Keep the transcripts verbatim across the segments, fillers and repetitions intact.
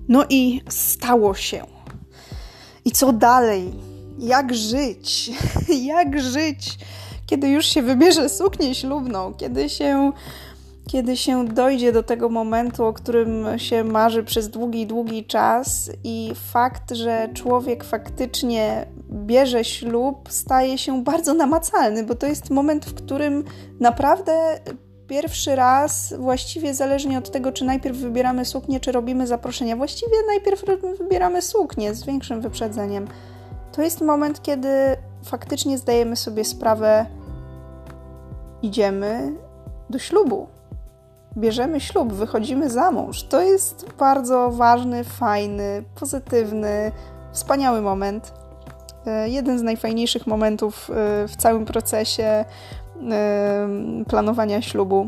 No i stało się. I co dalej? Jak żyć? Jak żyć, kiedy już się wybierze suknię ślubną? Kiedy się, kiedy się dojdzie do tego momentu, o którym się marzy przez długi, długi czas i fakt, że człowiek faktycznie bierze ślub, staje się bardzo namacalny, bo to jest moment, w którym naprawdę pierwszy raz, właściwie zależnie od tego, czy najpierw wybieramy suknię, czy robimy zaproszenia, właściwie najpierw wybieramy suknię z większym wyprzedzeniem. To jest moment, kiedy faktycznie zdajemy sobie sprawę, idziemy do ślubu, bierzemy ślub, wychodzimy za mąż. To jest bardzo ważny, fajny, pozytywny, wspaniały moment. Jeden z najfajniejszych momentów w całym procesie planowania ślubu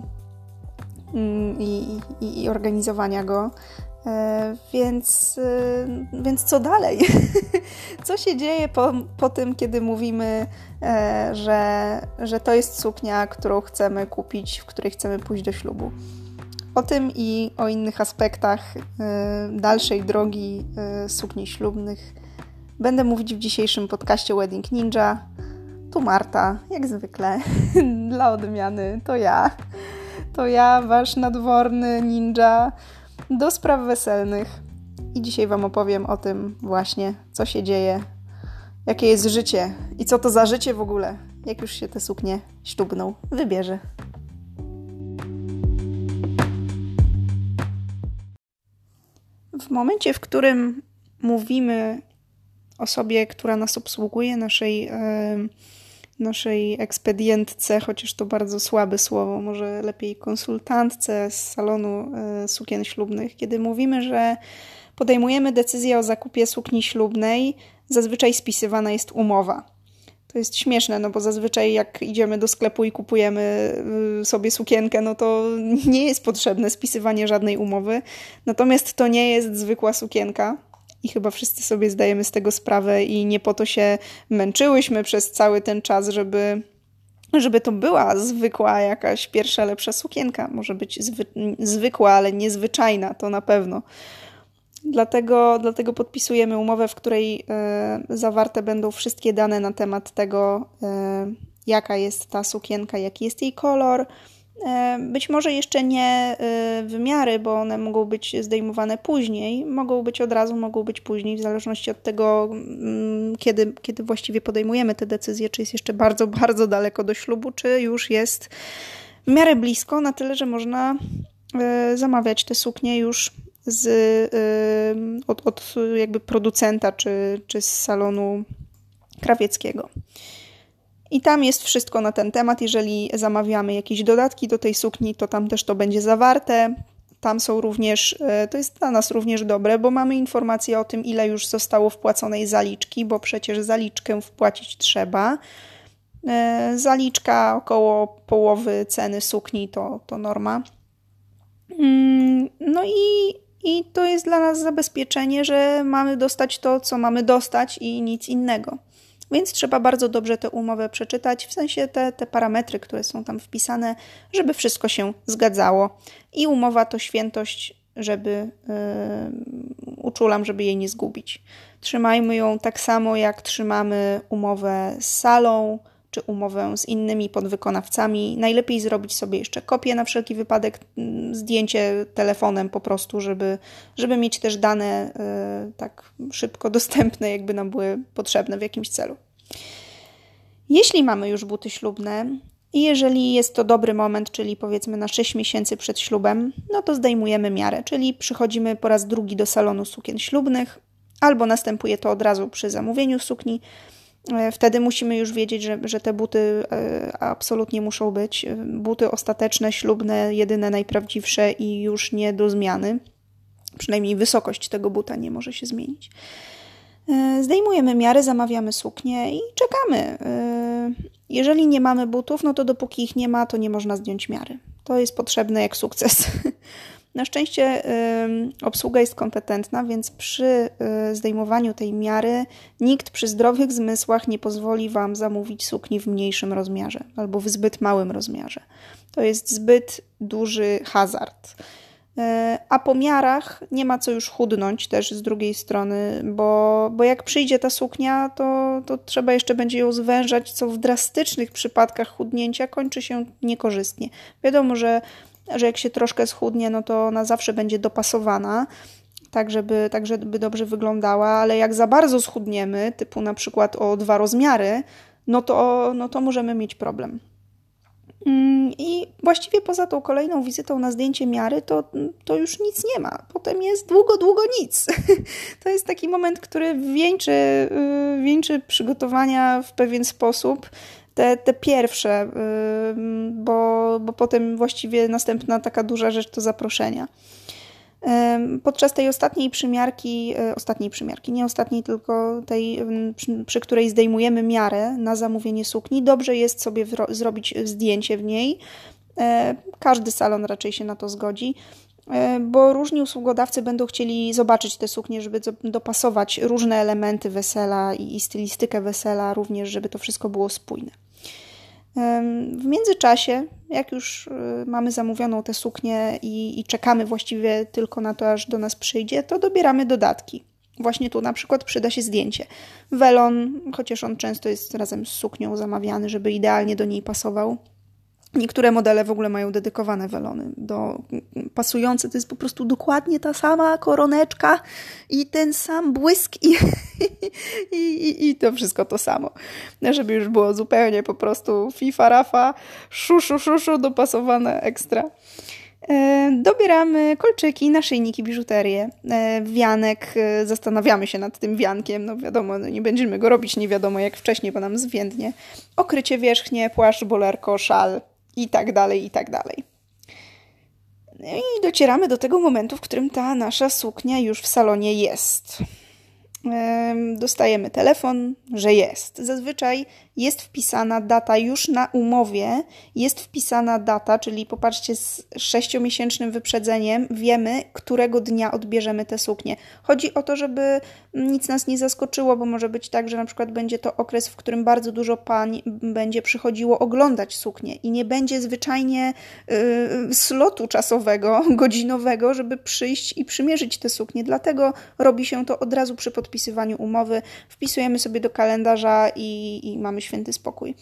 i, i, i organizowania go. Więc, więc co dalej? Co się dzieje po, po tym, kiedy mówimy, że, że to jest suknia, którą chcemy kupić, w której chcemy pójść do ślubu? O tym i o innych aspektach dalszej drogi sukni ślubnych będę mówić w dzisiejszym podcaście Wedding Ninja. Tu Marta, jak zwykle, dla odmiany, to ja. To ja, wasz nadworny ninja do spraw weselnych. I dzisiaj wam opowiem o tym właśnie, co się dzieje, jakie jest życie i co to za życie w ogóle, jak już się tę suknię ślubną wybierze. W momencie, w którym mówimy osobie, która nas obsługuje, naszej, yy, naszej ekspedientce, chociaż to bardzo słabe słowo, może lepiej konsultantce z salonu yy, sukien ślubnych, kiedy mówimy, że podejmujemy decyzję o zakupie sukni ślubnej, zazwyczaj spisywana jest umowa. To jest śmieszne, no bo zazwyczaj jak idziemy do sklepu i kupujemy sobie sukienkę, no to nie jest potrzebne spisywanie żadnej umowy. Natomiast to nie jest zwykła sukienka i chyba wszyscy sobie zdajemy z tego sprawę i nie po to się męczyłyśmy przez cały ten czas, żeby, żeby to była zwykła jakaś pierwsza, lepsza sukienka. Może być zwy- zwykła, ale niezwyczajna, to na pewno. Dlatego, dlatego podpisujemy umowę, w której e, zawarte będą wszystkie dane na temat tego, e, jaka jest ta sukienka, jaki jest jej kolor. E, być może jeszcze nie e, wymiary, bo one mogą być zdejmowane później. Mogą być od razu, mogą być później, w zależności od tego, m, kiedy, kiedy właściwie podejmujemy te decyzje, czy jest jeszcze bardzo, bardzo daleko do ślubu, czy już jest w miarę blisko, na tyle, że można e, zamawiać te suknie już Z, y, od, od jakby producenta czy, czy z salonu krawieckiego. I tam jest wszystko na ten temat. Jeżeli zamawiamy jakieś dodatki do tej sukni, to tam też to będzie zawarte. Tam są również, to jest dla nas również dobre, bo mamy informacje o tym, ile już zostało wpłaconej zaliczki, bo przecież zaliczkę wpłacić trzeba. Zaliczka około połowy ceny sukni to, to norma. No i I to jest dla nas zabezpieczenie, że mamy dostać to, co mamy dostać i nic innego. Więc trzeba bardzo dobrze tę umowę przeczytać, w sensie te, te parametry, które są tam wpisane, żeby wszystko się zgadzało. I umowa to świętość, żeby yy, uczulam, żeby jej nie zgubić. Trzymajmy ją tak samo, jak trzymamy umowę z salą, czy umowę z innymi podwykonawcami. Najlepiej zrobić sobie jeszcze kopię na wszelki wypadek, zdjęcie telefonem po prostu, żeby, żeby mieć też dane y, tak szybko dostępne, jakby nam były potrzebne w jakimś celu. Jeśli mamy już buty ślubne i jeżeli jest to dobry moment, czyli powiedzmy na sześć miesięcy przed ślubem, no to zdejmujemy miarę, czyli przychodzimy po raz drugi do salonu sukien ślubnych, albo następuje to od razu przy zamówieniu sukni. Wtedy musimy już wiedzieć, że, że te buty absolutnie muszą być. Buty ostateczne, ślubne, jedyne, najprawdziwsze i już nie do zmiany. Przynajmniej wysokość tego buta nie może się zmienić. Zdejmujemy miary, zamawiamy suknię i czekamy. Jeżeli nie mamy butów, no to dopóki ich nie ma, to nie można zdjąć miary. To jest potrzebne jak sukces. Na szczęście y, obsługa jest kompetentna, więc przy y, zdejmowaniu tej miary nikt przy zdrowych zmysłach nie pozwoli wam zamówić sukni w mniejszym rozmiarze albo w zbyt małym rozmiarze. To jest zbyt duży hazard. A po miarach nie ma co już chudnąć też z drugiej strony, bo, bo jak przyjdzie ta suknia, to, to trzeba jeszcze będzie ją zwężać, co w drastycznych przypadkach chudnięcia kończy się niekorzystnie. Wiadomo, że, że jak się troszkę schudnie, no to ona zawsze będzie dopasowana, tak żeby, tak żeby dobrze wyglądała, ale jak za bardzo schudniemy, typu na przykład o dwa rozmiary, no to, no to możemy mieć problem. I właściwie poza tą kolejną wizytą na zdjęcie miary, to, to już nic nie ma. Potem jest długo, długo nic. To jest taki moment, który wieńczy, wieńczy przygotowania w pewien sposób. Te, te pierwsze, bo, bo potem właściwie następna taka duża rzecz to zaproszenia. Podczas tej ostatniej przymiarki, ostatniej przymiarki, nie ostatniej, tylko tej, przy, przy której zdejmujemy miarę na zamówienie sukni, dobrze jest sobie wro- zrobić zdjęcie w niej. Każdy salon raczej się na to zgodzi, bo różni usługodawcy będą chcieli zobaczyć te suknie, żeby dopasować różne elementy wesela i, i stylistykę wesela również, żeby to wszystko było spójne. W międzyczasie, jak już mamy zamówioną tę suknię i, i czekamy właściwie tylko na to, aż do nas przyjdzie, to dobieramy dodatki. Właśnie tu na przykład przyda się zdjęcie. Welon, chociaż on często jest razem z suknią zamawiany, żeby idealnie do niej pasował. Niektóre modele w ogóle mają dedykowane welony do pasujące. To jest po prostu dokładnie ta sama koroneczka i ten sam błysk i, i, i, i to wszystko to samo. Żeby już było zupełnie po prostu fifa, rafa, szuszu, szuszu, dopasowane ekstra. Dobieramy kolczyki, naszyjniki, biżuterię, wianek, zastanawiamy się nad tym wiankiem, no wiadomo, no nie będziemy go robić nie wiadomo jak wcześniej, bo nam zwiędnie. Okrycie wierzchnie, płaszcz, bolerko, szal i tak dalej, i tak dalej. I docieramy do tego momentu, w którym ta nasza suknia już w salonie jest. Dostajemy telefon, że jest. Zazwyczaj jest wpisana data już na umowie, jest wpisana data, czyli popatrzcie, z sześciomiesięcznym wyprzedzeniem wiemy, którego dnia odbierzemy tę suknię. Chodzi o to, żeby nic nas nie zaskoczyło, bo może być tak, że na przykład będzie to okres, w którym bardzo dużo pań będzie przychodziło oglądać suknię i nie będzie zwyczajnie yy, slotu czasowego, godzinowego, żeby przyjść i przymierzyć tę suknię. Dlatego robi się to od razu przy podpisywaniu umowy. Wpisujemy sobie do kalendarza i, i mamy święty spokój.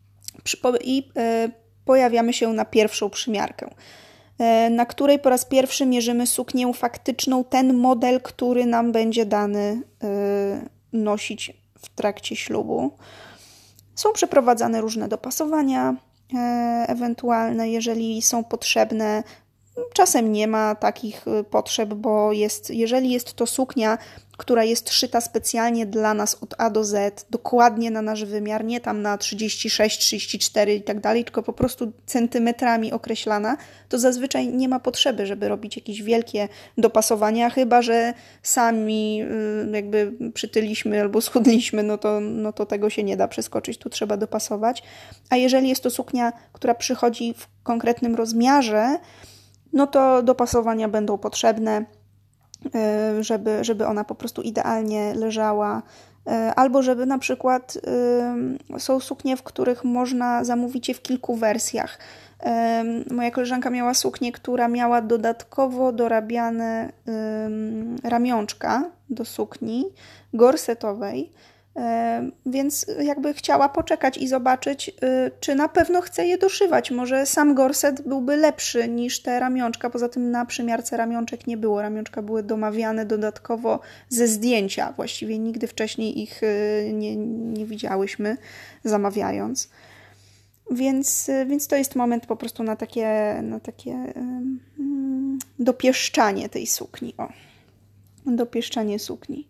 I y, pojawiamy się na pierwszą przymiarkę, y, na której po raz pierwszy mierzymy suknię faktyczną, ten model, który nam będzie dany y, nosić w trakcie ślubu. Są przeprowadzane różne dopasowania y, ewentualne, jeżeli są potrzebne. Czasem nie ma takich potrzeb, bo jest, jeżeli jest to suknia, która jest szyta specjalnie dla nas od A do Z, dokładnie na nasz wymiar, nie tam na trzydzieści sześć, trzydzieści cztery i tak dalej, tylko po prostu centymetrami określana, to zazwyczaj nie ma potrzeby, żeby robić jakieś wielkie dopasowania, chyba że sami jakby przytyliśmy albo schudliśmy, no to, no to tego się nie da przeskoczyć, tu trzeba dopasować. A jeżeli jest to suknia, która przychodzi w konkretnym rozmiarze, no to dopasowania będą potrzebne, żeby, żeby ona po prostu idealnie leżała. Albo żeby na przykład są suknie, w których można zamówić je w kilku wersjach. Moja koleżanka miała suknię, która miała dodatkowo dorabiane ramionczka do sukni gorsetowej, więc jakby chciała poczekać i zobaczyć, czy na pewno chce je doszywać. Może sam gorset byłby lepszy niż te ramionczka. Poza tym na przymiarce ramionczek nie było. Ramionczka były domawiane dodatkowo ze zdjęcia. Właściwie nigdy wcześniej ich nie, nie widziałyśmy zamawiając. Więc, więc to jest moment po prostu na takie, na takie um, dopieszczanie tej sukni. O, dopieszczanie sukni.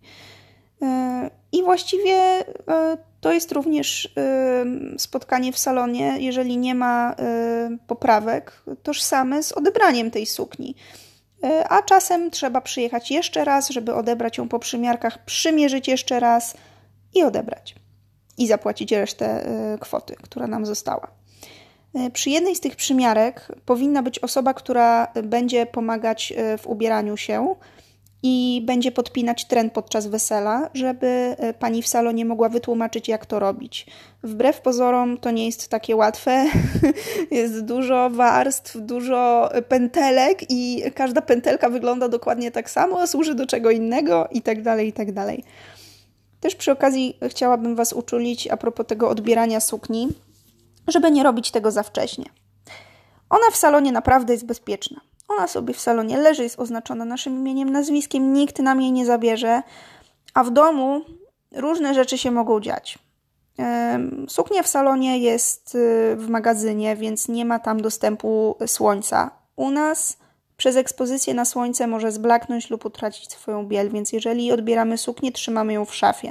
I właściwie to jest również spotkanie w salonie, jeżeli nie ma poprawek, tożsame z odebraniem tej sukni. A czasem trzeba przyjechać jeszcze raz, żeby odebrać ją po przymiarkach, przymierzyć jeszcze raz i odebrać. I zapłacić resztę kwoty, która nam została. Przy jednej z tych przymiarek powinna być osoba, która będzie pomagać w ubieraniu się i będzie podpinać tren podczas wesela, żeby pani w salonie mogła wytłumaczyć, jak to robić. Wbrew pozorom to nie jest takie łatwe. Jest dużo warstw, dużo pętelek i każda pętelka wygląda dokładnie tak samo, a służy do czego innego i tak dalej, i tak dalej. Też przy okazji chciałabym Was uczulić a propos tego odbierania sukni, żeby nie robić tego za wcześnie. Ona w salonie naprawdę jest bezpieczna. Ona sobie w salonie leży, jest oznaczona naszym imieniem, nazwiskiem, nikt nam jej nie zabierze, a w domu różne rzeczy się mogą dziać. Suknia w salonie jest w magazynie, więc nie ma tam dostępu słońca. U nas przez ekspozycję na słońce może zblaknąć lub utracić swoją biel, więc jeżeli odbieramy suknię, trzymamy ją w szafie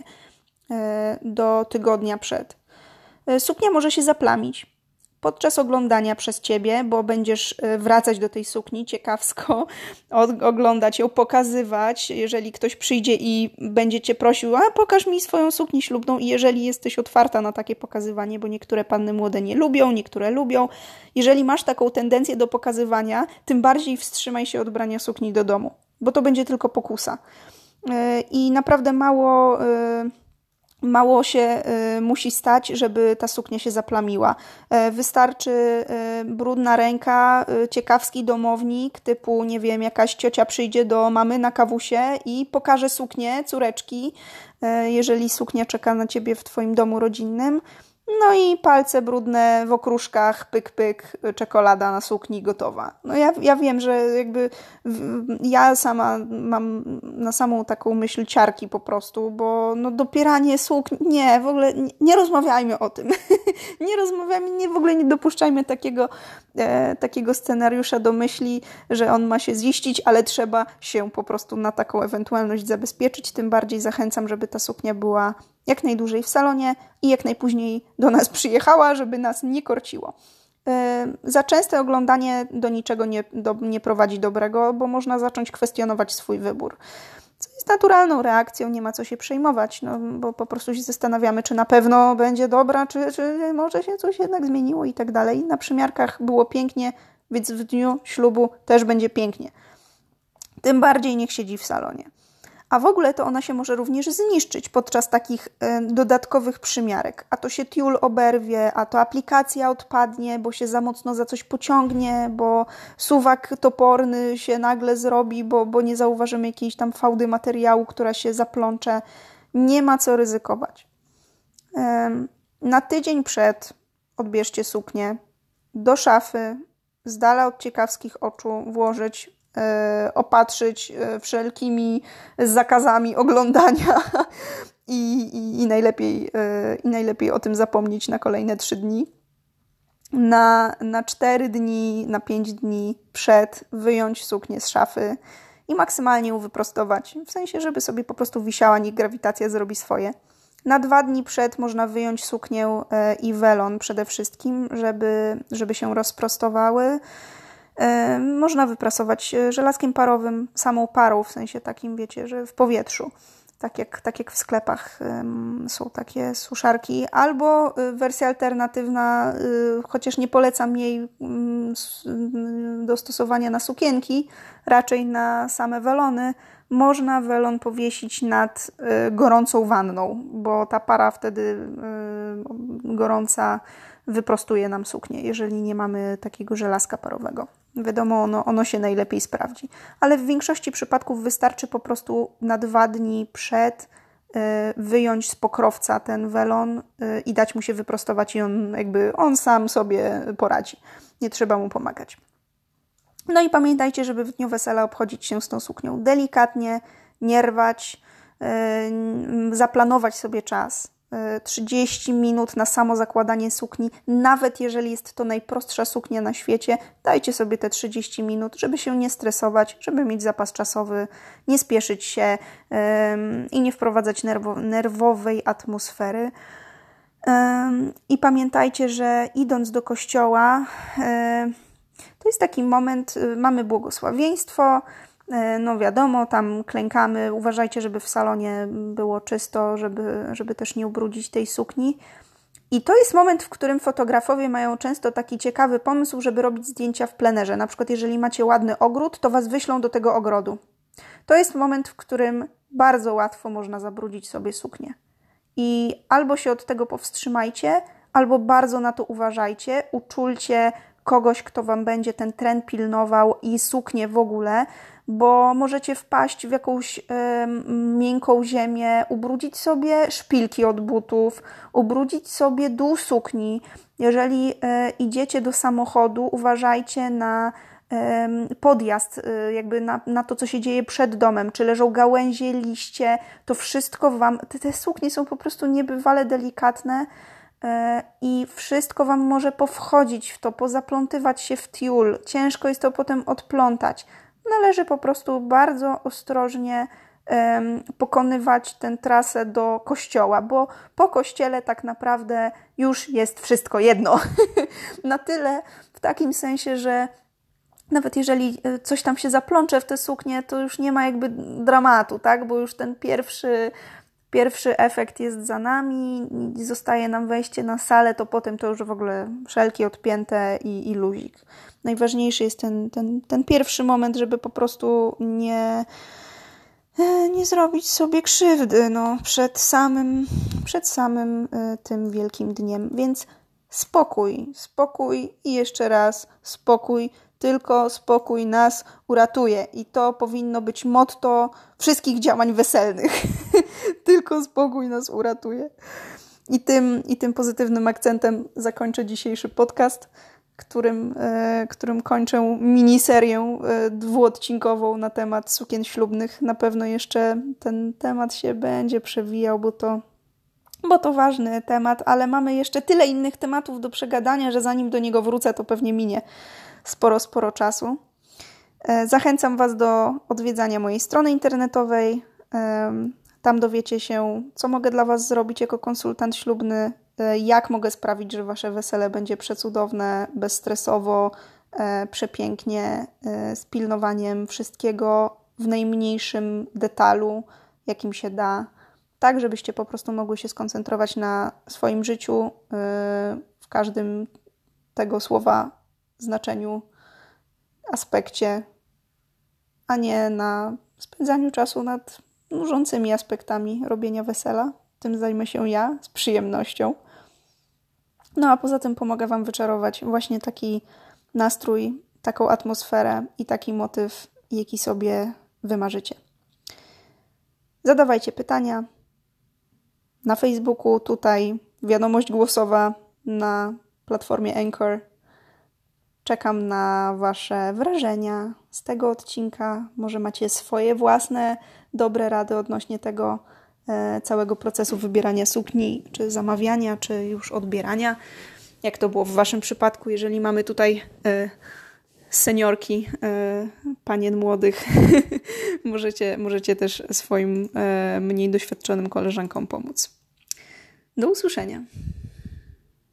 do tygodnia przed. Suknia może się zaplamić podczas oglądania przez Ciebie, bo będziesz wracać do tej sukni ciekawsko, oglądać ją, pokazywać. Jeżeli ktoś przyjdzie i będzie Cię prosił, a pokaż mi swoją suknię ślubną, i jeżeli jesteś otwarta na takie pokazywanie, bo niektóre panny młode nie lubią, niektóre lubią. Jeżeli masz taką tendencję do pokazywania, tym bardziej wstrzymaj się od brania sukni do domu, bo to będzie tylko pokusa. I naprawdę mało... Mało się y, musi stać, żeby ta suknia się zaplamiła. Y, wystarczy y, brudna ręka, y, ciekawski domownik, typu, nie wiem, jakaś ciocia przyjdzie do mamy na kawusie i pokaże suknię córeczki, y, jeżeli suknia czeka na Ciebie w Twoim domu rodzinnym. No i palce brudne w okruszkach, pyk, pyk, czekolada na sukni, gotowa. No ja, ja wiem, że jakby w, ja sama mam na samą taką myśl ciarki po prostu, bo no dopieranie sukni, nie, w ogóle nie, nie rozmawiajmy o tym. nie rozmawiajmy, nie, w ogóle nie dopuszczajmy takiego, e, takiego scenariusza do myśli, że on ma się ziścić, ale trzeba się po prostu na taką ewentualność zabezpieczyć. Tym bardziej zachęcam, żeby ta suknia była jak najdłużej w salonie i jak najpóźniej do nas przyjechała, żeby nas nie korciło. Yy, za częste oglądanie do niczego nie, do, nie prowadzi dobrego, bo można zacząć kwestionować swój wybór. Co jest naturalną reakcją, nie ma co się przejmować, no, bo po prostu się zastanawiamy, czy na pewno będzie dobra, czy, czy może się coś jednak zmieniło i tak dalej. Na przymiarkach było pięknie, więc w dniu ślubu też będzie pięknie. Tym bardziej niech siedzi w salonie. A w ogóle to ona się może również zniszczyć podczas takich y, dodatkowych przymiarek. A to się tiul oberwie, a to aplikacja odpadnie, bo się za mocno za coś pociągnie, bo suwak toporny się nagle zrobi, bo, bo nie zauważymy jakiejś tam fałdy materiału, która się zaplącze. Nie ma co ryzykować. Y, na tydzień przed odbierzcie suknię do szafy, z dala od ciekawskich oczu włożyć, opatrzyć wszelkimi zakazami oglądania i, i, i, najlepiej, i najlepiej o tym zapomnieć na kolejne trzy dni. Na, na cztery dni, na pięć dni przed wyjąć suknię z szafy i maksymalnie ją wyprostować. W sensie, żeby sobie po prostu wisiała, niech grawitacja zrobi swoje. Na dwa dni przed można wyjąć suknię i welon przede wszystkim, żeby, żeby się rozprostowały. Można wyprasować żelazkiem parowym, samą parą, w sensie takim, wiecie, że w powietrzu. Tak jak, tak jak w sklepach są takie suszarki. Albo wersja alternatywna, chociaż nie polecam jej do stosowania na sukienki, raczej na same welony. Można welon powiesić nad gorącą wanną, bo ta para wtedy gorąca wyprostuje nam suknię, jeżeli nie mamy takiego żelazka parowego. Wiadomo, ono, ono się najlepiej sprawdzi. Ale w większości przypadków wystarczy po prostu na dwa dni przed y, wyjąć z pokrowca ten welon y, i dać mu się wyprostować i on jakby on sam sobie poradzi. Nie trzeba mu pomagać. No i pamiętajcie, żeby w dniu wesela obchodzić się z tą suknią delikatnie, nie rwać, y, zaplanować sobie czas. trzydzieści minut na samo zakładanie sukni, nawet jeżeli jest to najprostsza suknia na świecie, dajcie sobie te trzydzieści minut, żeby się nie stresować, żeby mieć zapas czasowy, nie spieszyć się ym, i nie wprowadzać nerwo- nerwowej atmosfery. Ym, I pamiętajcie, że idąc do kościoła, yy, to jest taki moment, yy, mamy błogosławieństwo, no wiadomo, tam klękamy, uważajcie, żeby w salonie było czysto, żeby, żeby też nie ubrudzić tej sukni. I to jest moment, w którym fotografowie mają często taki ciekawy pomysł, żeby robić zdjęcia w plenerze. Na przykład jeżeli macie ładny ogród, to was wyślą do tego ogrodu. To jest moment, w którym bardzo łatwo można zabrudzić sobie suknię. I albo się od tego powstrzymajcie, albo bardzo na to uważajcie, uczulcie kogoś, kto wam będzie ten trend pilnował i suknię w ogóle, bo możecie wpaść w jakąś y, miękką ziemię, ubrudzić sobie szpilki od butów, ubrudzić sobie dół sukni. Jeżeli y, idziecie do samochodu, uważajcie na y, podjazd, y, jakby na, na to, co się dzieje przed domem, czy leżą gałęzie, liście, to wszystko wam, te, te suknie są po prostu niebywale delikatne, i wszystko wam może powchodzić w to, pozaplątywać się w tiul. Ciężko jest to potem odplątać. Należy po prostu bardzo ostrożnie um, pokonywać tę trasę do kościoła, bo po kościele tak naprawdę już jest wszystko jedno. Na tyle w takim sensie, że nawet jeżeli coś tam się zaplącze w tę suknię, to już nie ma jakby dramatu, tak? Bo już ten pierwszy Pierwszy efekt jest za nami, zostaje nam wejście na salę, to potem to już w ogóle szelki odpięte i, i luzik. Najważniejszy jest ten, ten, ten pierwszy moment, żeby po prostu nie, nie zrobić sobie krzywdy no, przed samym, przed samym tym wielkim dniem. Więc spokój, spokój i jeszcze raz spokój. Tylko spokój nas uratuje. I to powinno być motto wszystkich działań weselnych. Tylko spokój nas uratuje. I tym, i tym pozytywnym akcentem zakończę dzisiejszy podcast, którym, e, którym kończę miniserię e, dwuodcinkową na temat sukien ślubnych. Na pewno jeszcze ten temat się będzie przewijał, bo to, bo to ważny temat, ale mamy jeszcze tyle innych tematów do przegadania, że zanim do niego wrócę, to pewnie minie sporo, sporo czasu. Zachęcam Was do odwiedzania mojej strony internetowej. Tam dowiecie się, co mogę dla Was zrobić jako konsultant ślubny, jak mogę sprawić, że Wasze wesele będzie przecudowne, bezstresowo, przepięknie, z pilnowaniem wszystkiego w najmniejszym detalu, jakim się da, tak żebyście po prostu mogły się skoncentrować na swoim życiu w każdym tego słowa znaczeniu, aspekcie, a nie na spędzaniu czasu nad nużącymi aspektami robienia wesela. Tym zajmę się ja z przyjemnością. No a poza tym pomogę Wam wyczarować właśnie taki nastrój, taką atmosferę i taki motyw, jaki sobie wymarzycie. Zadawajcie pytania na Facebooku, tutaj wiadomość głosowa na platformie Anchor. Czekam na Wasze wrażenia z tego odcinka. Może macie swoje własne dobre rady odnośnie tego e, całego procesu wybierania sukni, czy zamawiania, czy już odbierania. Jak to było w Waszym przypadku, jeżeli mamy tutaj e, seniorki, e, panien młodych. możecie, możecie też swoim e, mniej doświadczonym koleżankom pomóc. Do usłyszenia.